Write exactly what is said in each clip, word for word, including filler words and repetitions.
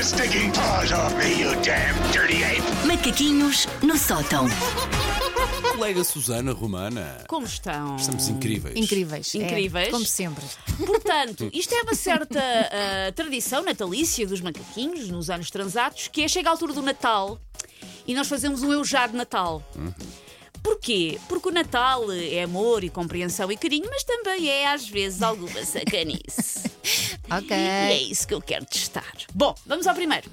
stinking paws off me, you damn dirty ape! Macaquinhos no sótão. Colega Susana Romana. Como estão? Estamos incríveis. Incríveis. Incríveis. É, como sempre. Portanto, isto é uma certa uh, tradição natalícia dos macaquinhos, nos anos transatos, que é chega a altura do Natal e nós fazemos um eu já de Natal. Uhum. Porquê? Porque o Natal é amor e compreensão e carinho, mas também é, às vezes, alguma sacanice. Ok. E é isso que eu quero testar. Bom, vamos ao primeiro.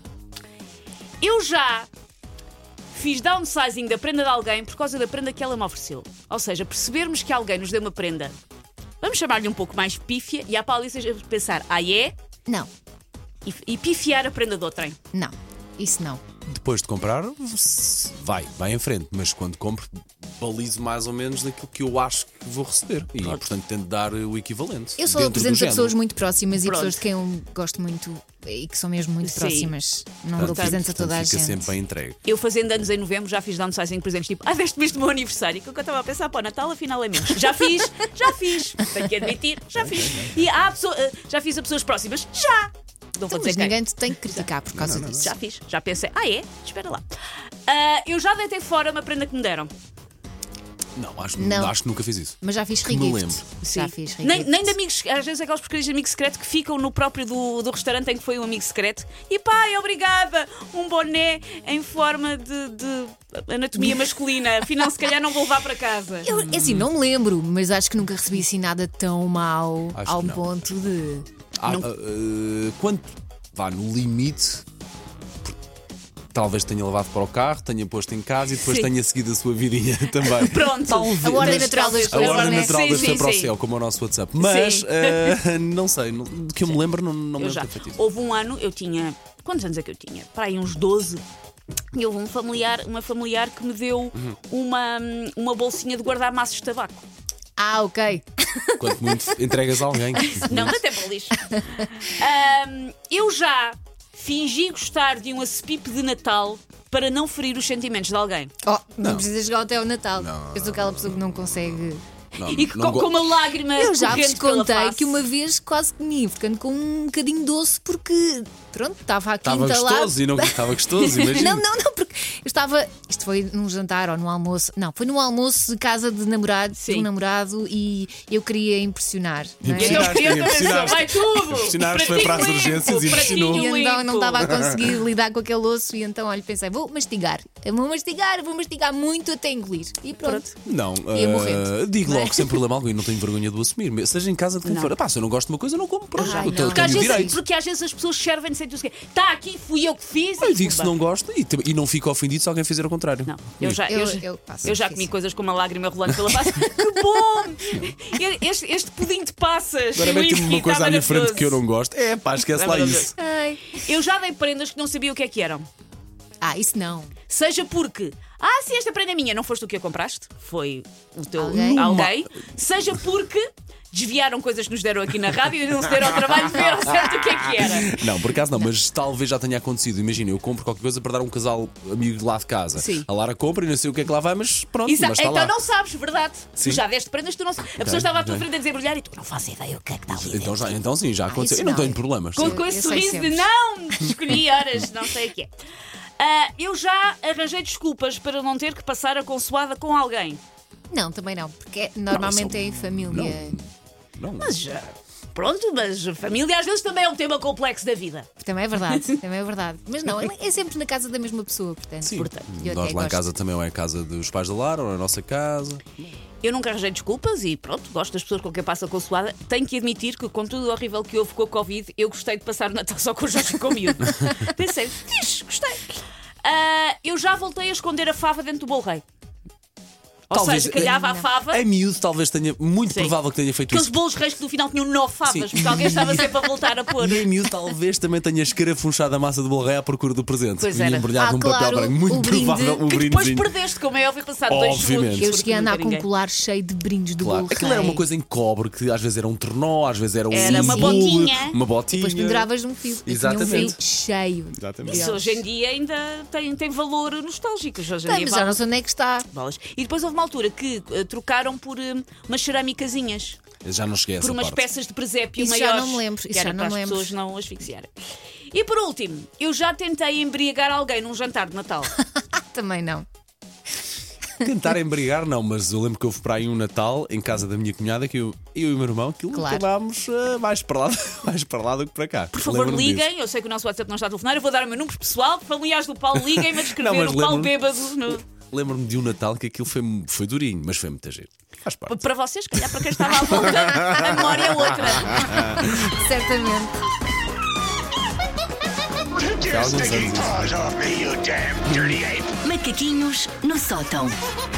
Eu já fiz downsizing da prenda de alguém por causa da prenda que ela me ofereceu. Ou seja, percebermos que alguém nos deu uma prenda, vamos chamar-lhe um pouco mais pífia, e a Paula seja pensar, ah é? Não, E, e pifiar a prenda de outrem. não. Isso não. Depois de comprar, vai, vai em frente. Mas quando compro, balizo mais ou menos daquilo que eu acho que vou receber. E, portanto, tento dar o equivalente. Eu só dentro do apresento a género. pessoas muito próximas e Pronto. pessoas de quem eu gosto muito e que são mesmo muito Sim. próximas. Não dou Portanto, presentes a Portanto, toda a fica gente. sempre bem entregue. Eu fazendo anos em novembro já fiz downsizing, por exemplo, tipo, ah, deste mês do meu aniversário. Que eu estava a pensar, pô, Natal afinal é menos. Já fiz, já fiz. Tenho que admitir, já fiz. E há pessoa, eh, já fiz a pessoas próximas, já. Não vou Então, dizer mas quem. ninguém te tem que criticar por causa disso. Já fiz, já pensei, ah é? Espera lá. Ah, eu já deitei fora uma prenda que me deram. Não, acho, Não. acho que nunca fiz isso. Mas já fiz Que me regift. lembro. Já Sim. fiz Nem, regift. nem de amigos, às vezes aquelas porcarias de amigo secreto que ficam no próprio do, do restaurante em que foi um amigo secreto. E pai, obrigada! Um boné em forma de, de anatomia masculina. Afinal, se calhar não vou levar para casa. Eu, é assim, não me lembro, mas acho que nunca recebi assim nada tão mau Acho ao que não. ponto de. Ah, Não- ah, ah, quando vá no limite, porque talvez tenha levado para o carro, tenha posto em casa e depois Sim. tenha seguido a sua vidinha também. Pronto. Talvez. A ordem Mas- natural das A coisas. ordem né? natural Sim, das sim, foi para o sim. céu, como o nosso WhatsApp. Mas Sim. ah, não sei, não- de que eu me lembro, não, não me Eu lembro já. de ter feito isso. Houve um ano, eu tinha. Quantos anos é que eu tinha? Para aí uns doze. E houve um familiar, uma familiar que me deu Uhum. uma, uma bolsinha de guardar maços de tabaco. Ah, ok. Quanto muito entregas a alguém. Não, até para o lixo. Ahm, eu já fingi gostar de um acepipe de Natal para não ferir os sentimentos de alguém. Oh, não, Não. precisa chegar até ao Natal. Não, Eu sou aquela pessoa que não consegue. Não, E que não com, go- com uma lágrima Eu já vos corrente pela contei face. que uma vez quase que me ia ficando com um bocadinho doce porque, pronto, estava aqui Estava entalado. gostoso e não estava gostoso, imagina. Não, não, não, porque eu estava. Isto foi num jantar ou num almoço. Não, foi num almoço de casa de namorado, de Sim. um namorado e eu queria impressionar. Não é? E então, Impressionaste, criança, impressionaste. vai tudo! Impressionaste, foi para as Pratinho urgências limpo, e impressionou. pratinho E então limpo. não estava a conseguir lidar com aquele osso e então, olha, pensei, vou mastigar. Eu vou mastigar, vou mastigar muito até engolir. E pronto. Não, Ia ah, morrendo. digo logo sem problema algum e não tenho vergonha de o assumir. Seja em casa de quem Não. for. Pá, se eu não gosto de uma coisa, eu não como. Pronto, Ai, eu tenho não. Porque às, o vezes, direito. porque às vezes as pessoas servem sem tu sequer. Está aqui, fui eu que fiz. Eu e digo se pumba. não gosto e, te- e não fico ofendido se alguém fizer o contrário. Não, eu já, eu, Eu- já- eu passo eu já difícil. comi coisas com uma lágrima rolando pela face. Que bom! Este, este pudim de passas. Agora no mete-me uma whisky, coisa está à minha frente maravilhoso. que eu não gosto. É pá, esquece É lá maravilhoso. isso. Ai. Eu já dei prendas que não sabia o que é que eram. Ah, isso não. Seja porque, ah, se esta prenda é minha, não foste tu que a compraste, foi o teu Alguém? alguém. Seja porque desviaram coisas que nos deram aqui na rádio e não se deram ao trabalho de ver ao certo o que é que era. Não, por acaso não, mas talvez já tenha acontecido. Imagina, eu compro qualquer coisa para dar a um casal amigo de lá de casa. Sim. A Lara compra e não sei o que é que lá vai, mas pronto, Exa- mas está então lá. não sabes, verdade. Sim. Tu já deste prendas, tu não sabes. A pessoa estava à tua ok. frente a desembrulhar e tu não fazes ideia o que é que está ali. Então, já, então sim, já aconteceu. isso Eu não não. tenho problemas. Com, sim. com esse eu sei sorriso de sempre. não, escolhi horas, não sei o que é. Ah, eu já arranjei desculpas para não ter que passar a consoada com alguém. Não, também não, porque normalmente Não, é em família. Não, Mas já. Pronto, mas a família às vezes também é um tema complexo da vida. Também é verdade, também é verdade. Mas não, é sempre na casa da mesma pessoa, portanto. Sim, portanto eu nós até lá em gosto. casa também ou é a casa dos pais da Lara ou é a nossa casa. Eu nunca arranjei desculpas e pronto, gosto das pessoas com quem passa consoada. Tenho que admitir que, com tudo o horrível que houve com a Covid, eu gostei de passar o Natal só com o Jorge e com o miúdo. Pensei, fixe, gostei. Ah, eu já voltei a esconder a fava dentro do bolo rei. Ou Talvez- seja, calhava a Não. fava. A miúdo talvez tenha, muito Sim. provável que tenha feito Aqueles isso. bolos reis que no final tinham nove favas, Sim. porque alguém estava sempre a voltar a pôr. E a miúdo talvez também tenha escarafunchado a massa de bolo rei à procura do presente. Pois E era. embrulhado Ah, num papel claro, branco. Muito o brinde provável o Que depois brindezinho. perdeste, como é óbvio, passado dois Obviamente. segundos. Eu cheguei a andar porque com um ninguém- colar cheio de brindes do Claro. bolo Aquilo era uma rei. coisa em cobre que às vezes era um trenó, às vezes era um Era uma bule, botinha. uma botinha. Depois penduravas num fio. Eu tinha um Exatamente. fio cheio. Exatamente. Isso hoje em dia ainda tem, tem valor nostálgico. Hoje em Tá, dia mas já vale não sei onde é que está. bolas. E depois houve uma altura que eh, trocaram por eh, umas cerâmicazinhas, Eu já não cheguei a por essa umas parte. peças de presépio Isso já maiores. não me lembro, que isso era já para não me as lembro. pessoas não asfixiarem. E por último, eu já tentei embriagar alguém num jantar de Natal. Também não. Tentar embriagar, não, mas eu lembro que houve para aí um Natal em casa da minha cunhada que eu, eu e o meu irmão aquilo Claro. acabámos uh, mais, para lá, mais para lá do que para cá. Por favor, liguem. Eu sei que o nosso WhatsApp não está a telefonar. Eu vou dar o meu número pessoal. Familiares do Paulo, liguem-me a descrever Não, mas o Paulo lembro-me- bêbado. No... Lembro-me de um Natal que aquilo foi, foi durinho, mas foi muita gente. Faz parte. Para vocês, se calhar para quem estava à volta, a memória é outra. Certamente. Take your alguns stinking anos. paws off me, you damn dirty ape! Macaquinhos no sótão.